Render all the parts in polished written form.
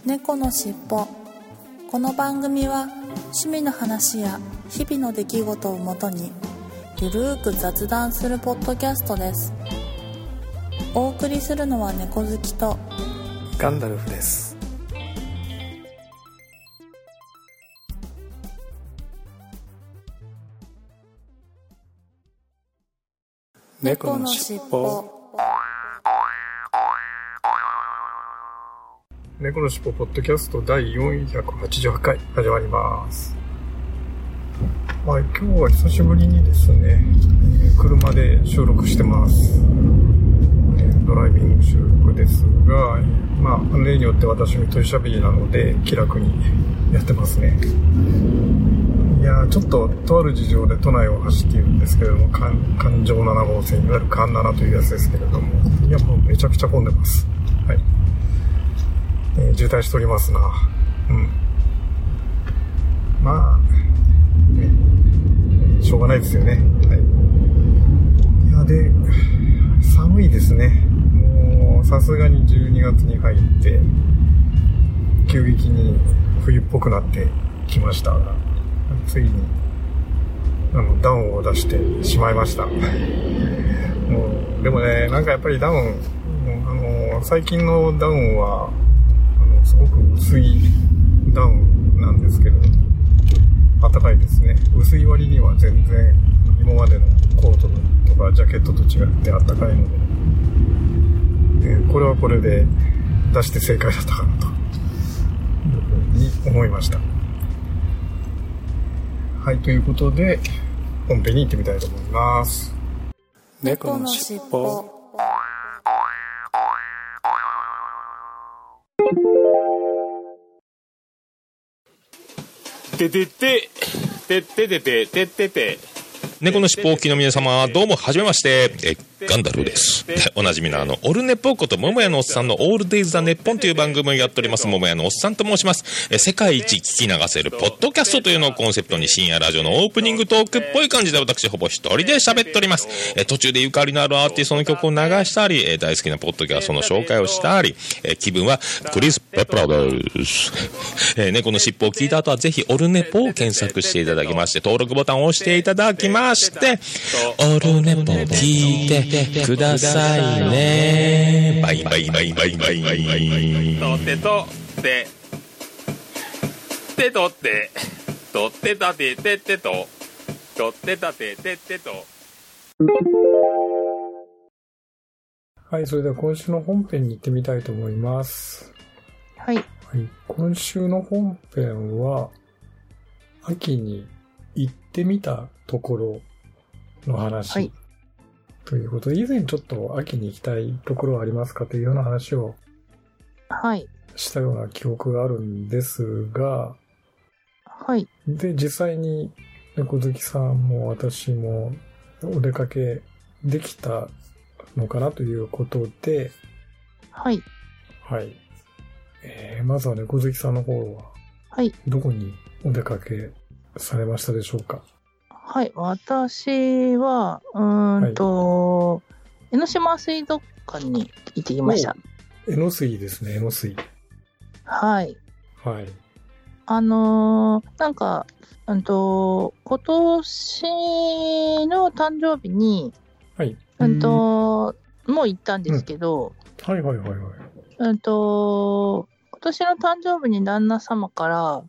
猫のしっぽ。この番組は趣味の話や日々の出来事をもとにゆるーく雑談するポッドキャストです。お送りするのは猫好きとガンダルフです。 猫のしっぽ。 猫のしっぽポッドキャスト第488回始まります。今日は久しぶりにですね、車で収録してます。ドライビング収録ですが、例によって私も取りしゃべりなので気楽にやってますね。いやちょっととある事情で都内を走っているんですけれども、環状7号線いわゆる環7というやつですけれども、もうめちゃくちゃ混んでます。はい。渋滞しておりますな。しょうがないですよね。はい。で寒いですね。もうさすがに12月に入って急激に冬っぽくなってきましたが、ついにダウンを出してしまいました。でもね、やっぱりダウン、最近のダウンはすごく薄いダウンなんですけど、暖かいですね。薄い割には全然今までのコートとかジャケットと違って暖かいので、これはこれで出して正解だったかなというふうに思いました。はい、ということで本編に行ってみたいと思います。 猫のしっぽ。 てててててててててて猫のしっぽをお聞きの皆様、どうもはじめまして、ガンダルです。おなじみのオルネポこと桃屋のおっさんのオールデイズ・ザ・ネッポンという番組をやっております桃屋のおっさんと申します。世界一聞き流せるポッドキャストというのをコンセプトに、深夜ラジオのオープニングトークっぽい感じで私ほぼ一人で喋っております。途中でゆかりのあるアーティストの曲を流したり、大好きなポッドキャストの紹介をしたり、気分はクリス・ペプラです。猫のしっぽを聞いた後はぜひオルネポを検索していただきまして、登録ボタンを押していただきまして、オルネポ聞いてくださいね。バイバイバイバイバイバイ。とってとっててとってとってたてててととってたてててと。 はい、それでは今週の本編に行ってみたいと思います。 はい。 はい、今週の本編は秋に行ってみたところの話、はい、ということで、以前ちょっと秋に行きたいところはありますかというような話をしたような記憶があるんですが、 はい。 で、実際に猫好きさんも私もお出かけできたのかなということで、 はい。 はい。まずは猫好きさんの方は、 はい。 どこにお出かけされましたでしょうか？ はい、私は、江ノ島水族館に行ってきました。 江ノ水ですね、江ノ水。 はい。 はい。 今年の誕生日に、 はい。 もう行ったんですけど、 はいはいはいはい。 今年の誕生日に旦那様から、 はい。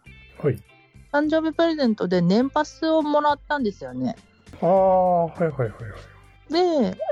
誕生日プレゼントで年パスをもらったんですよね。 はいはいはいはい。 で、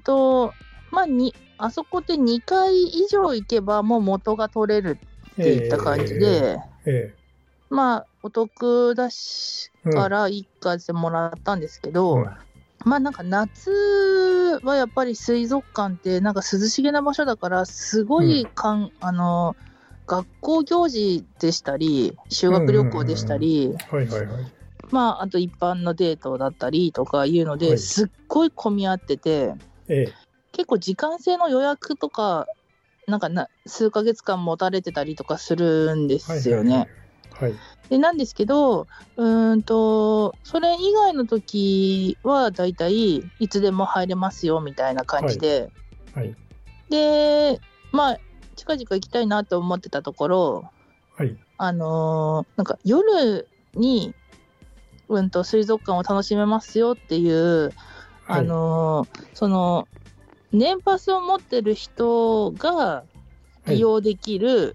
あそこで2回以上行けばもう元が取れるっていった感じで、お得だしから一回でもらったんですけど、夏はやっぱり水族館って涼しげな場所だから、すごい学校行事でしたり、修学旅行でしたり、あと一般のデートだったりとかいうので、すっごい混み合ってて、結構時間制の予約とか、数ヶ月間持たれてたりとかするんですよね。でなんですけど、それ以外の時はだいたいいつでも入れますよみたいな感じで、で近々行きたいなと思ってたところ、 はい。 なんか夜に、水族館を楽しめますよっていう、 はいその、年パスを持ってる人が利用できる、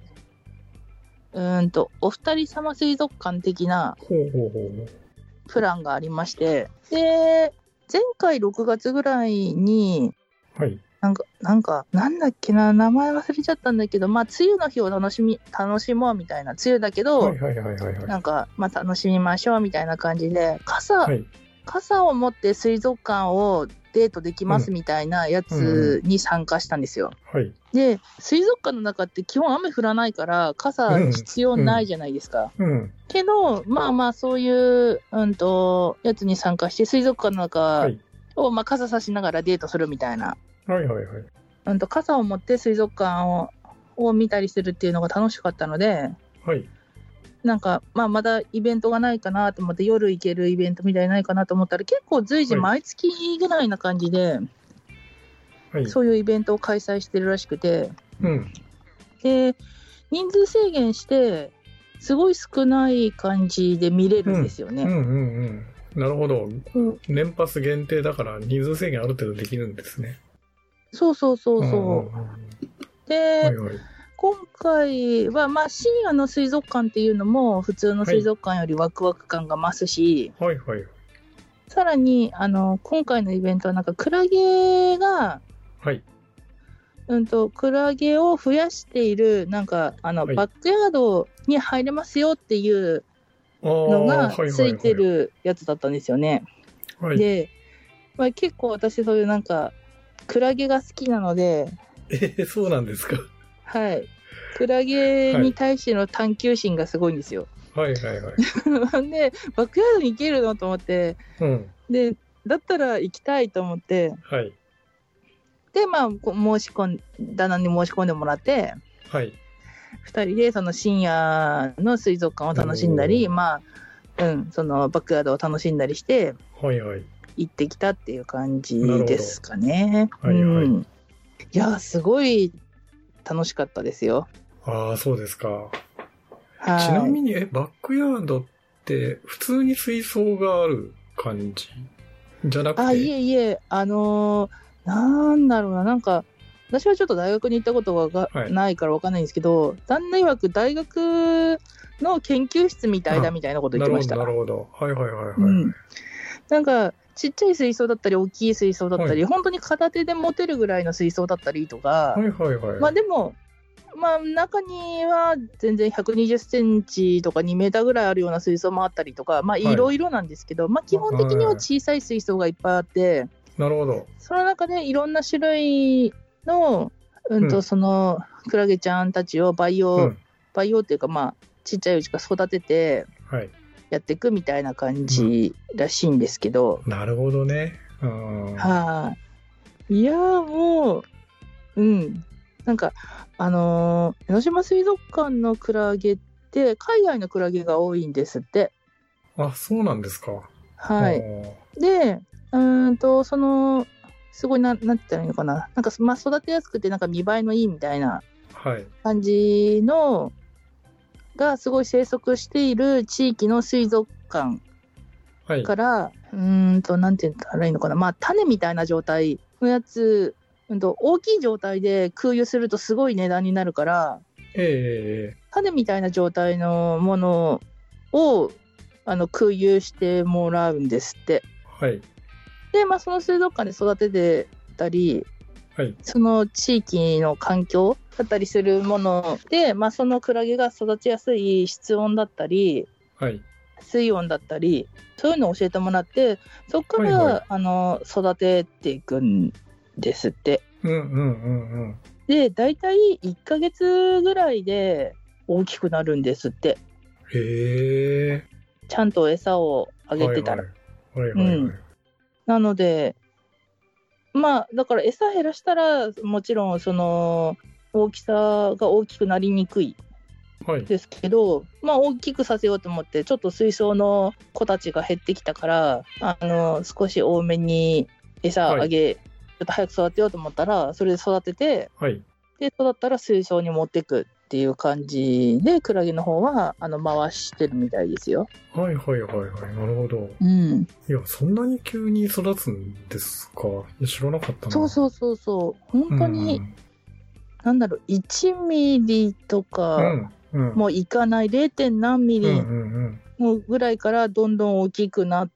お二人様水族館的なプランがありまして、で、前回6月ぐらいに、 はい。 なんだっけな、名前忘れちゃったんだけど、まあ、梅雨の日を楽しもうみたいな、梅雨だけど、 はいはいはいはい、はい。 まあ、楽しみましょうみたいな感じで、 はい、 傘を持って水族館をデートできますみたいなやつに参加したんですよ。 はい。 で、水族館の中って基本雨降らないから、傘必要ないじゃないですか。けど、まあまあ、そういう、やつに参加して、水族館の中を、まあ、傘差しながらデートするみたいな。 はいはいはい。 傘を持って水族館を見たりするっていうのが楽しかったので、 はい。 まあ、まだイベントがないかなと思って、夜行けるイベントみたいないかなと思ったら、結構随時毎月ぐらいな感じで、はい、そういうイベントを開催してるらしくて、で、人数制限して、すごい少ない感じで見れるんですよね。 なるほど。年パス限定だから人数制限ある程度できるんですね。 そうそうそうそう。で、はいはい、今回は、まあ、深夜の水族館っていうのも普通の水族館よりワクワク感が増すし、 はいはい、 さらに今回のイベントはクラゲが、 はい、 クラゲを増やしているバックヤードに入れますよっていうのがついてるやつだったんですよね。はい、で、まあ、結構私そういうクラゲが好きなので。 そうなんですか。 はい。クラゲに対しての探求心がすごいんですよ。 はいはいはい。 で、バックヤードに行けるのと思って、で、だったら行きたいと思って、 はい。 で、まあ、旦那に申し込んでもらって、 はい。 2人でその深夜の水族館を楽しんだり、まあ、そのバックヤードを楽しんだりして、 はいはい。 行ってきたっていう感じですかね。 はいはい。 いや、すごい楽しかったですよ。 ああ、そうですか。ちなみに、バックヤードって普通に水槽がある感じじゃなくて？ いえいえ、なんだろうな、私はちょっと大学に行ったことがないからわかんないんですけど、旦那曰く大学の研究室みたいだみたいなこと言ってました。 なるほど。はいはいはいはい。 ちっちゃい水槽だったり大きい水槽だったり、本当に片手で持てるぐらいの水槽だったりとか、まあでも、まあ中には全然120センチとか2メーターぐらいあるような水槽もあったりとか、まあいろいろなんですけど、まあ基本的には小さい水槽がいっぱいあって、 なるほど。 その中でいろんな種類の、そのクラゲちゃんたちを培養っていうか、まあちっちゃいうちから育てて、やっていくみたいな感じらしいんですけど。 なるほどね。 いやもう、江ノ島水族館のクラゲって海外のクラゲが多いんですって。 あ、そうなんですか。 はい。で、すごいなんて言ったらいいのかな。まあ、育てやすくて見栄えのいいみたいな感じの、がすごい生息している地域の水族館から、なんて言ったらいいのかな。まあ、種みたいな状態のやつ、大きい状態で空輸するとすごい値段になるから、種みたいな状態のものを空輸してもらうんですって。 はい。 で、まあ、その水族館で育ててたり、その地域の環境だったりするもので、まあ、そのクラゲが育ちやすい室温だったり、水温だったり、そういうのを教えてもらって、そこから、育てていくんですって。で、だいたい1ヶ月ぐらいで大きくなるんですって。 へー。 ちゃんと餌をあげてたら。なので、まあ、だから餌減らしたら、もちろん、その、大きさが大きくなりにくいですけど、まあ、大きくさせようと思って、ちょっと水槽の子たちが減ってきたから、少し多めに餌あげ、ちょっと早く育てようと思ったら、それで育てて、 で、育ったら水槽に持ってくっていう感じで、クラゲの方は回してるみたいですよ。 はいはいはいはい。なるほど。 うん。 いや、そんなに急に育つんですか？知らなかったな。 そうそうそうそう。本当に、なんだろう、1ミリとかもういかない、0. 何ミリぐらいからどんどん大きくなって、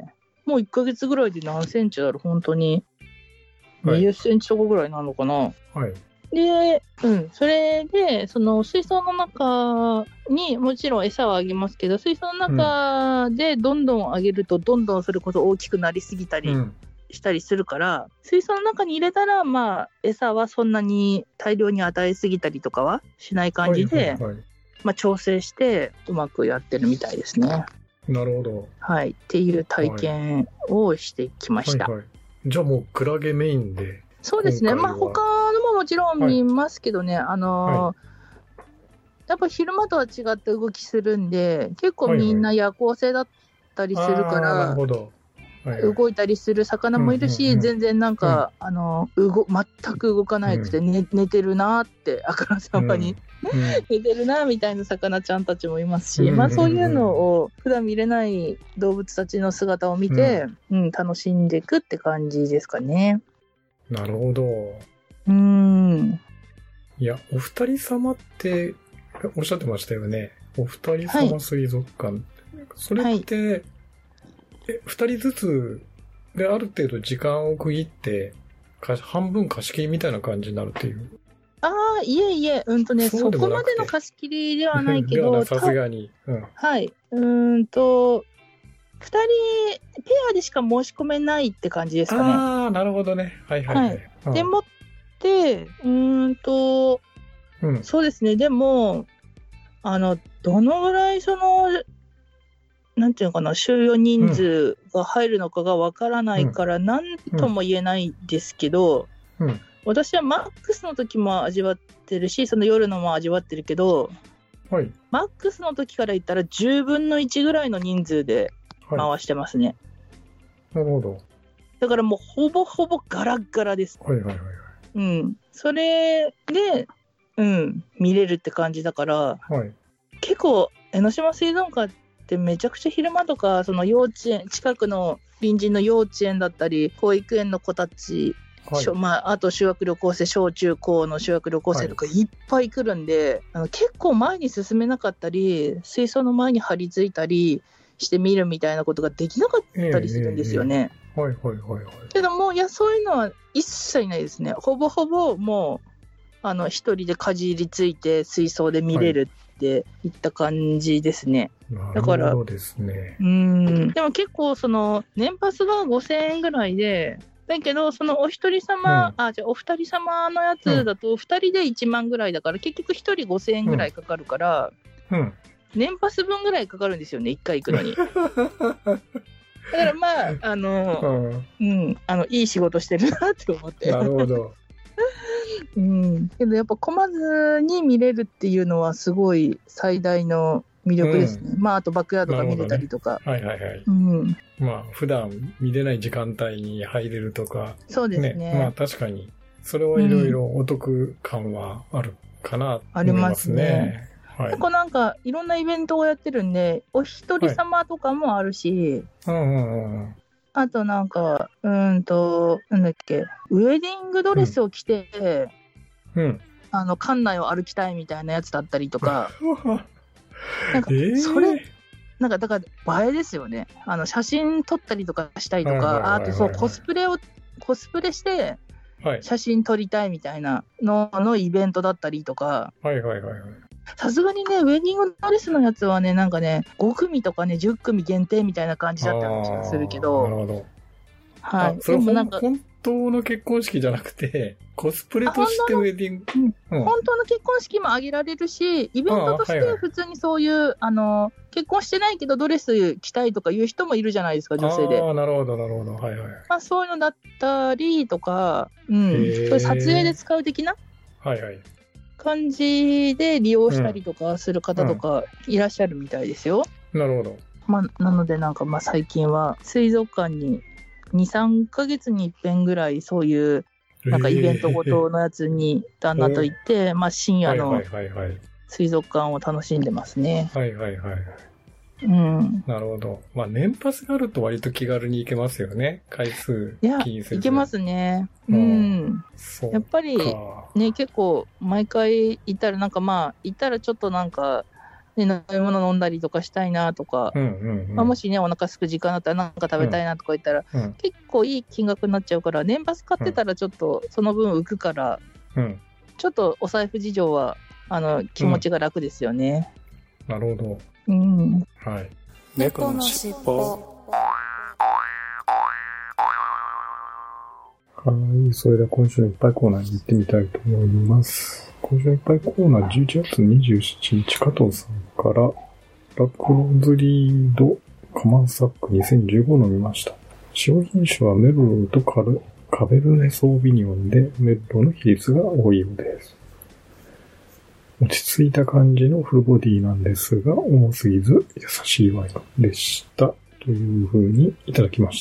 もう1ヶ月ぐらいで何センチある？本当に。20センチとかぐらいなのかな。 はい。 で、それで、その水槽の中にもちろん餌はあげますけど、水槽の中でどんどんあげると、どんどんそれこそ大きくなりすぎたりしたりするから、水槽の中に入れたら、まあ、餌はそんなに大量に与えすぎたりとかはしない感じで、まあ、調整してうまくやってるみたいですね。 なるほど。 はい。っていう体験をしてきました。 はいはい、じゃあもうクラゲメインで。 そうですね。まあ他のももちろん見ますけどね、やっぱ昼間とは違って動きするんで、結構みんな夜行性だったりするから、 なるほど。 動いたりする魚もいるし、全然なんか、全く動かなくて、寝てるなって、あからさまに、寝てるなみたいな魚ちゃんたちもいますし、まあそういうのを普段見れない動物たちの姿を見て、楽しんでいくって感じですかね。 なるほど。いや、お二人様っておっしゃってましたよね。お二人様水族館。それって、二人ずつである程度時間を区切って、半分貸し切りみたいな感じになるっていう。 いえいえ、そこまでの貸し切りではないけど、 さすがに。 はい。二人ペアでしか申し込めないって感じですかね。 ああ、なるほどね。はいはいはい。 でもって、そうですね。でも、どのぐらいなんていうのかな、収容人数が入るのかがわからないから、なんとも言えないですけど、私はマックスの時も味わってるし、その夜のも味わってるけど、マックスの時から言ったら10分の1ぐらいの人数で回してますね。 なるほど。 だからもうほぼほぼガラッガラです。それで、見れるって感じだから、結構江ノ島水族館ってめちゃくちゃ昼間とか、その幼稚園、近くの隣人の幼稚園だったり、保育園の子たち、あと修学旅行生、小中高の修学旅行生とかいっぱい来るんで、結構前に進めなかったり、水槽の前に張り付いたりして見るみたいなことができなかったりするんですよね。けども、そういうのは一切ないですね。ほぼほぼもう、一人でかじりついて水槽で見れるっていった感じですね。だから、でも結構年パスが5000円ぐらいで、だけど、お一人様、お二人様のやつだと、二人で1万ぐらいだから、結局一人5000円ぐらいかかるから、年パス分ぐらいかかるんですよね、1回行くのに。だからまあ、いい仕事してるなって思って。 なるほど。 けどやっぱ混まずに見れるっていうのはすごい最大の魅力ですね。まああとバックヤードが見れたりとか。まあ普段見れない時間帯に入れるとか。 そうですね。 まあ確かにそれはいろいろお得感はあるかなと思いますね。 ここなんかいろんなイベントをやってるんで、お一人様とかもあるし、あとなんか、なんだっけ、ウェディングドレスを着て、館内を歩きたいみたいなやつだったりとか、なんか、それ、なんか、だから、映えですよね。写真撮ったりとかしたりとか、あとそう、コスプレして、写真撮りたいみたいなのイベントだったりとか、さすがにね、ウェディングドレスのやつはね、なんかね、5組とかね、10組限定みたいな感じだった気がするけど。 なるほど。それもなんか本当の結婚式じゃなくて、コスプレとしてウェディング。 本当の結婚式も挙げられるし、イベントとして普通にそういう、結婚してないけどドレス着たいとかいう人もいるじゃないですか、女性で。 なるほど、なるほど。 まあそういうのだったりとか、そういう撮影で使う的な感じで利用したりとかする方とかいらっしゃるみたいですよ。 なるほど。 なのでなんか最近は水族館に2、3ヶ月に一遍ぐらいそういうなんかイベントごとのやつに旦那と行って、まあ深夜の水族館を楽しんでますね。 はいはいはい。 うん。 なるほど。まあ年パスがあると割と気軽に行けますよね。回数気にせず。 行けますね。うん。やっぱりね、結構毎回行ったらなんかまあ、行ったらちょっとなんか、ね、飲み物飲んだりとかしたいなとか、まあ、もしね、お腹空く時間だったらなんか食べたいなとか言ったら、結構いい金額になっちゃうから、年パス買ってたらちょっとその分浮くから、ちょっとお財布事情は、気持ちが楽ですよね。 なるほど。 うん。 はい。 猫のしっぽ。 はい。それでは今週のいっぱいコーナーに行ってみたいと思います。今週のいっぱいコーナー、11月27日、加藤さんから、ラクローズリードカマンサック2015を飲みました。使用品種はメルローとカベルネソービニオンで、メルローの比率が多いようです。落ち着いた感じのフルボディなんですが、重すぎず優しいワインでした。という風にいただきました。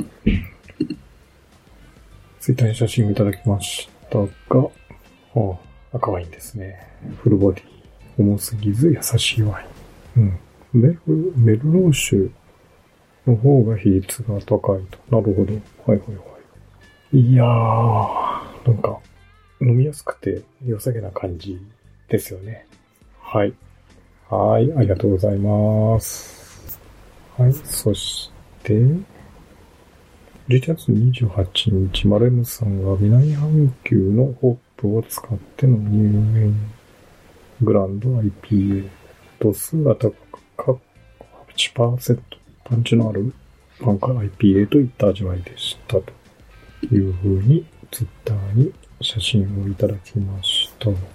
ツイッターに写真をいただきましたが、赤ワインですね。フルボディ。重すぎず優しいワイン。メルロー酒の方が比率が高いと。なるほど。はいはいはい。いやー、なんか、飲みやすくて良さげな感じですよね。はい。はい、ありがとうございます。はい、そして、11月28日、マレムさんが南半球のホップを使っての入園グランド IPA。度数が高く 8% パンチのあるパンカ IPA といった味わいでしたという風にツイッターに写真をいただきましたが、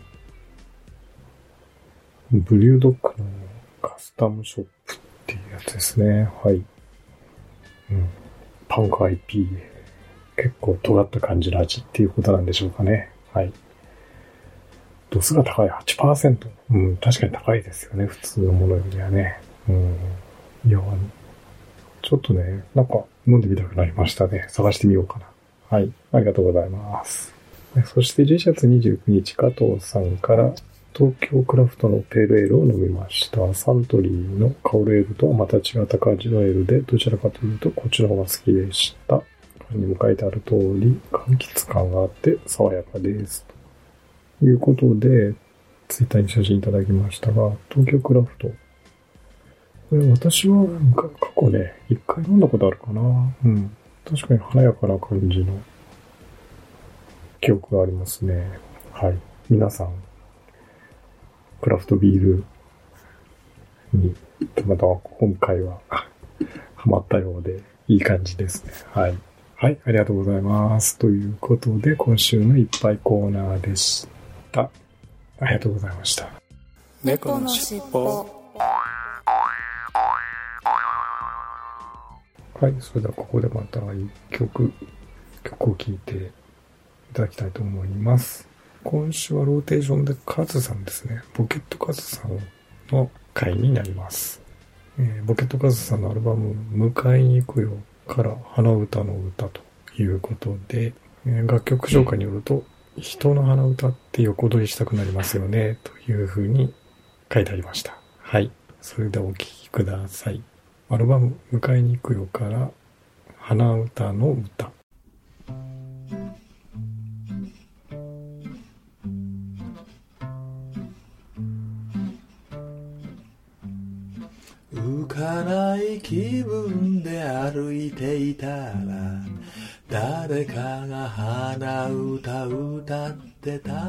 ブリュードックのカスタムショップっていうやつですね。はい。パンカ IPA。結構尖った感じの味っていうことなんでしょうかね。はい。度数が高い 8%。確かに高いですよね。普通のものよりはね。いや、ちょっとね、なんか飲んでみたくなりましたね。探してみようかな。はい。ありがとうございます。そして11月29日、加藤さんから東京クラフトのペールエールを飲みました。サントリーのカオルエールとはまた違った感じのエールで、どちらかというとこっちの方が好きでした。これにも書いてある通り、柑橘感があって爽やかです。ということで、ツイッターに写真いただきましたが、東京クラフト。これ私は過去ね、一回飲んだことあるかな。確かに華やかな感じの記憶がありますね。はい。皆さん、クラフトビールにたまたま今回はハマったようでいい感じですね。はい。はい、ありがとうございます。ということで、今週のいっぱいコーナーでした。ありがとうございました。 猫のしっぽ。 はい、それではここでまた一曲を聴いていただきたいと思います。今週はローテーションでカズさんですね。ボケットカズさんの回になります。ボケットカズさんのアルバム迎えに行くよから花歌の歌ということで、楽曲紹介によると人の鼻歌って横取りしたくなりますよねという風に書いてありました。はい。それではお聴きください。アルバム迎えに行くよから鼻歌の歌。 浮かない気分で歩いていたら誰かが鼻歌歌ってた。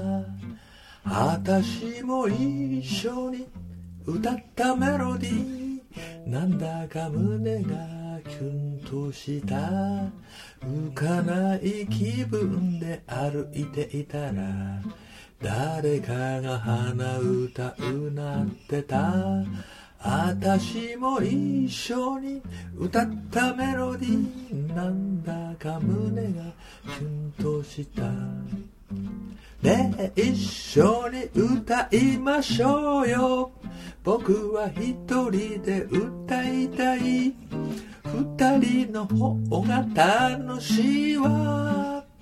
私も一緒に歌ったメロディー、なんだか胸がキュンとした。浮かない気分で歩いていたら誰かが鼻歌歌ってた。私も一緒に歌ったメロディー、なんだか胸がキュンとした。ねえ一緒に歌いましょうよ。僕は一人で歌いたい。二人の方が楽しいわ。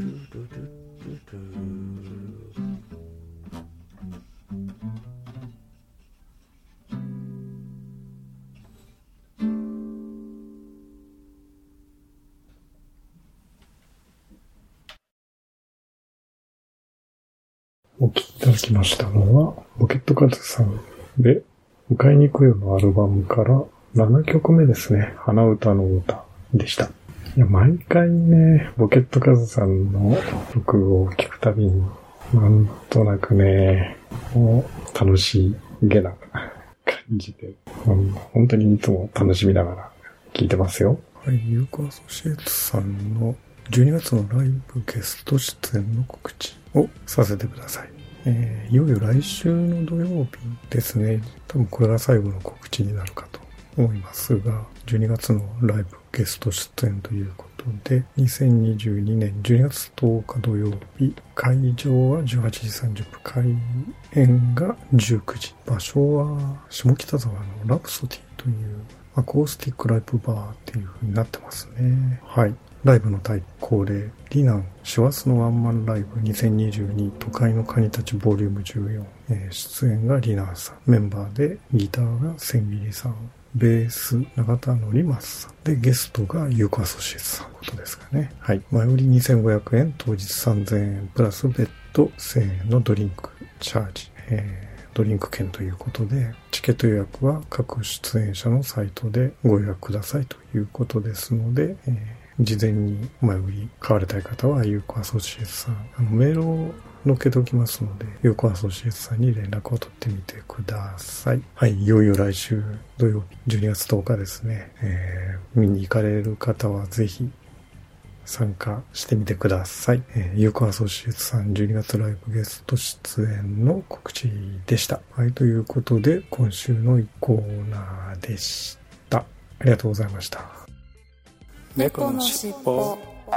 お聴きいただきましたのは、ポケットカズさんで、迎えに行くよのアルバムから7曲目ですね。鼻歌の歌でした。いや、毎回ね、ポケットカズさんの曲を聴くたびに、なんとなくね、もう楽しげな感じで、本当にいつも楽しみながら聴いてますよ。はい、ユーコアソシエイツさんの12月のライブゲスト出演の告知をさせてください。いよいよ来週の土曜日ですね。多分これが最後の告知になるかと思いますが、12月のライブゲスト出演ということで、2022年12月10日土曜日、会場は18時30分、開演が19時、場所は下北沢のラプソディというアコースティックライブバーっていう風になってますね。はい。ライブのタイプ恒例、リナン師走のワンマンライブ2022都会のカニたちボリューム14、出演がリナンさん、メンバーでギターが千切りさん、ベース中田のりますさんで、ゲストがユーコアソシエツさんことですかね。はい。前売り2500円、当日3000円プラス別途1000円のドリンクチャージ、ドリンク券ということで、チケット予約は各出演者のサイトでご予約くださいということですので、事前に前売り買われたい方はユーコアソシエツさん、メールを載っけておきますので、ユーコアソシエツさんに連絡を取ってみてください。はい、いよいよ来週土曜日12月10日ですね。見に行かれる方はぜひ参加してみてください。ユーコアソシエツさん12月ライブゲスト出演の告知でした。はい、ということで今週のコーナーでした。ありがとうございました。 猫のしっぽ。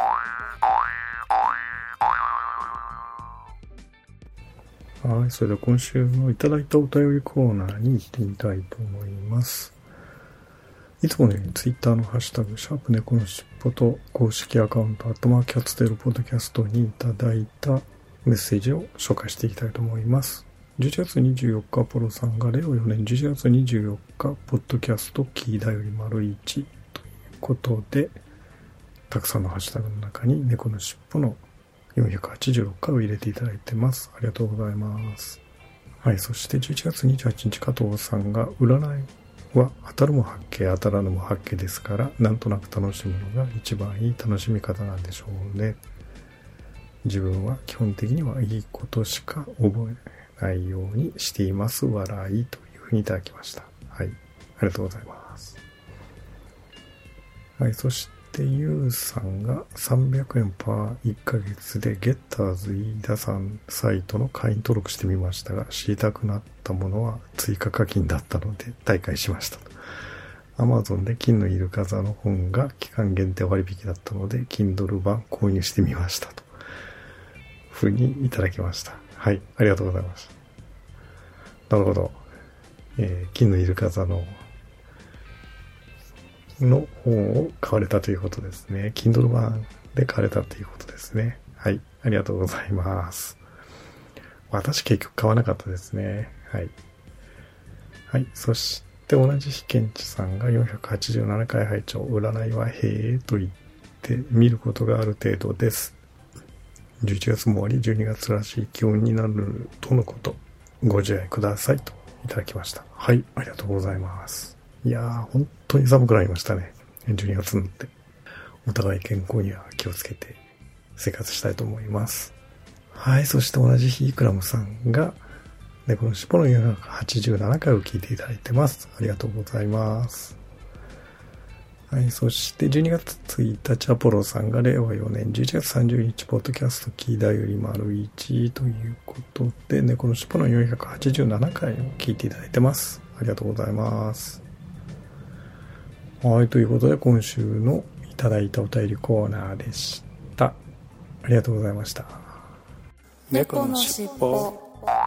はい、それでは今週のいただいたお便りコーナーに行ってみたいと思います。いつものようにツイッターのハッシュタグ、シャープ猫のしっぽと公式アカウント、キャッツテールポッドキャストにいただいたメッセージを紹介していきたいと思います。11月24日、ポロさんが令和4年11月24日、ポッドキャストキーだより丸1ということで、 たくさんのハッシュタグの中に猫のしっぽの486回を入れていただいてます。ありがとうございます。はい、そして11月28日加藤さんが占いは当たるも八卦当たらぬも八卦ですからなんとなく楽しむのが一番いい楽しみ方なんでしょうね。自分は基本的にはいいことしか覚えないようにしています笑いというふうにいただきました。はい、ありがとうございます。はい、そしてゆうさんが300円パー1ヶ月でゲッターズ飯田さんサイトの会員登録してみましたが知りたくなったものは追加課金だったので退会しました。Amazon で金のイルカ座の本が期間限定割引だったので Kindle 版購入してみましたとふうにいただきました。はい、ありがとうございました。なるほど。金のイルカ座の本を買われたということですね。Kindle 版で買われたということですね。はい、ありがとうございます。私結局買わなかったですね。はい。はい、そして同じ被験地さんが487回拝聴占いはへえと言って見ることがある程度です。11月も終わり12月らしい気温になるとのこと。ご自愛くださいといただきました。はい、ありがとうございます。いやー、本当に寒くなりましたね。12月になって。お互い健康には気をつけて生活したいと思います。はい、そして同じヒークラムさんが、猫のしっぽの487回を聞いていただいてます。ありがとうございます。はい、そして12月1日アポロさんが令和4年11月30日ポッドキャストキーダより1ということで、猫のしっぽの487回を聞いていただいてます。ありがとうございます。はい、ということで今週のいただいたお便りコーナーでした。ありがとうございました。 猫のしっぽ。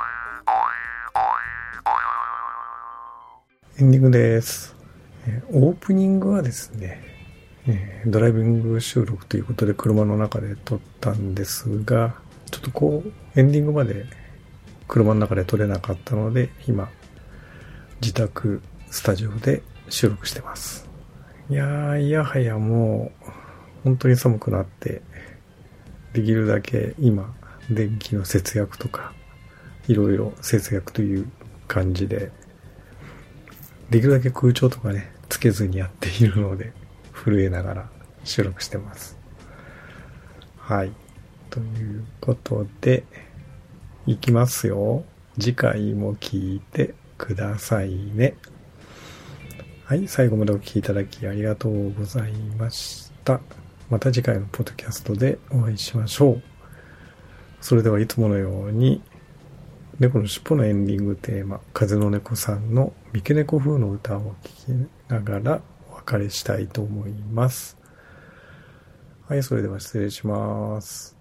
エンディングです。オープニングはですね、ドライビング収録ということで車の中で撮ったんですが、ちょっとエンディングまで車の中で撮れなかったので、今自宅スタジオで収録してます。いやはやもう本当に寒くなって、できるだけ今電気の節約とかいろいろ節約という感じで、できるだけ空調とかねつけずにやっているので震えながら収録してます。はい、ということでいきますよ。次回も聞いてくださいね。はい、最後までお聞きいただきありがとうございました。また次回のポッドキャストでお会いしましょう。それではいつものように猫のしっぽのエンディングテーマ、風の猫さんの三毛猫風の歌を聴きながらお別れしたいと思います。はい、それでは失礼します。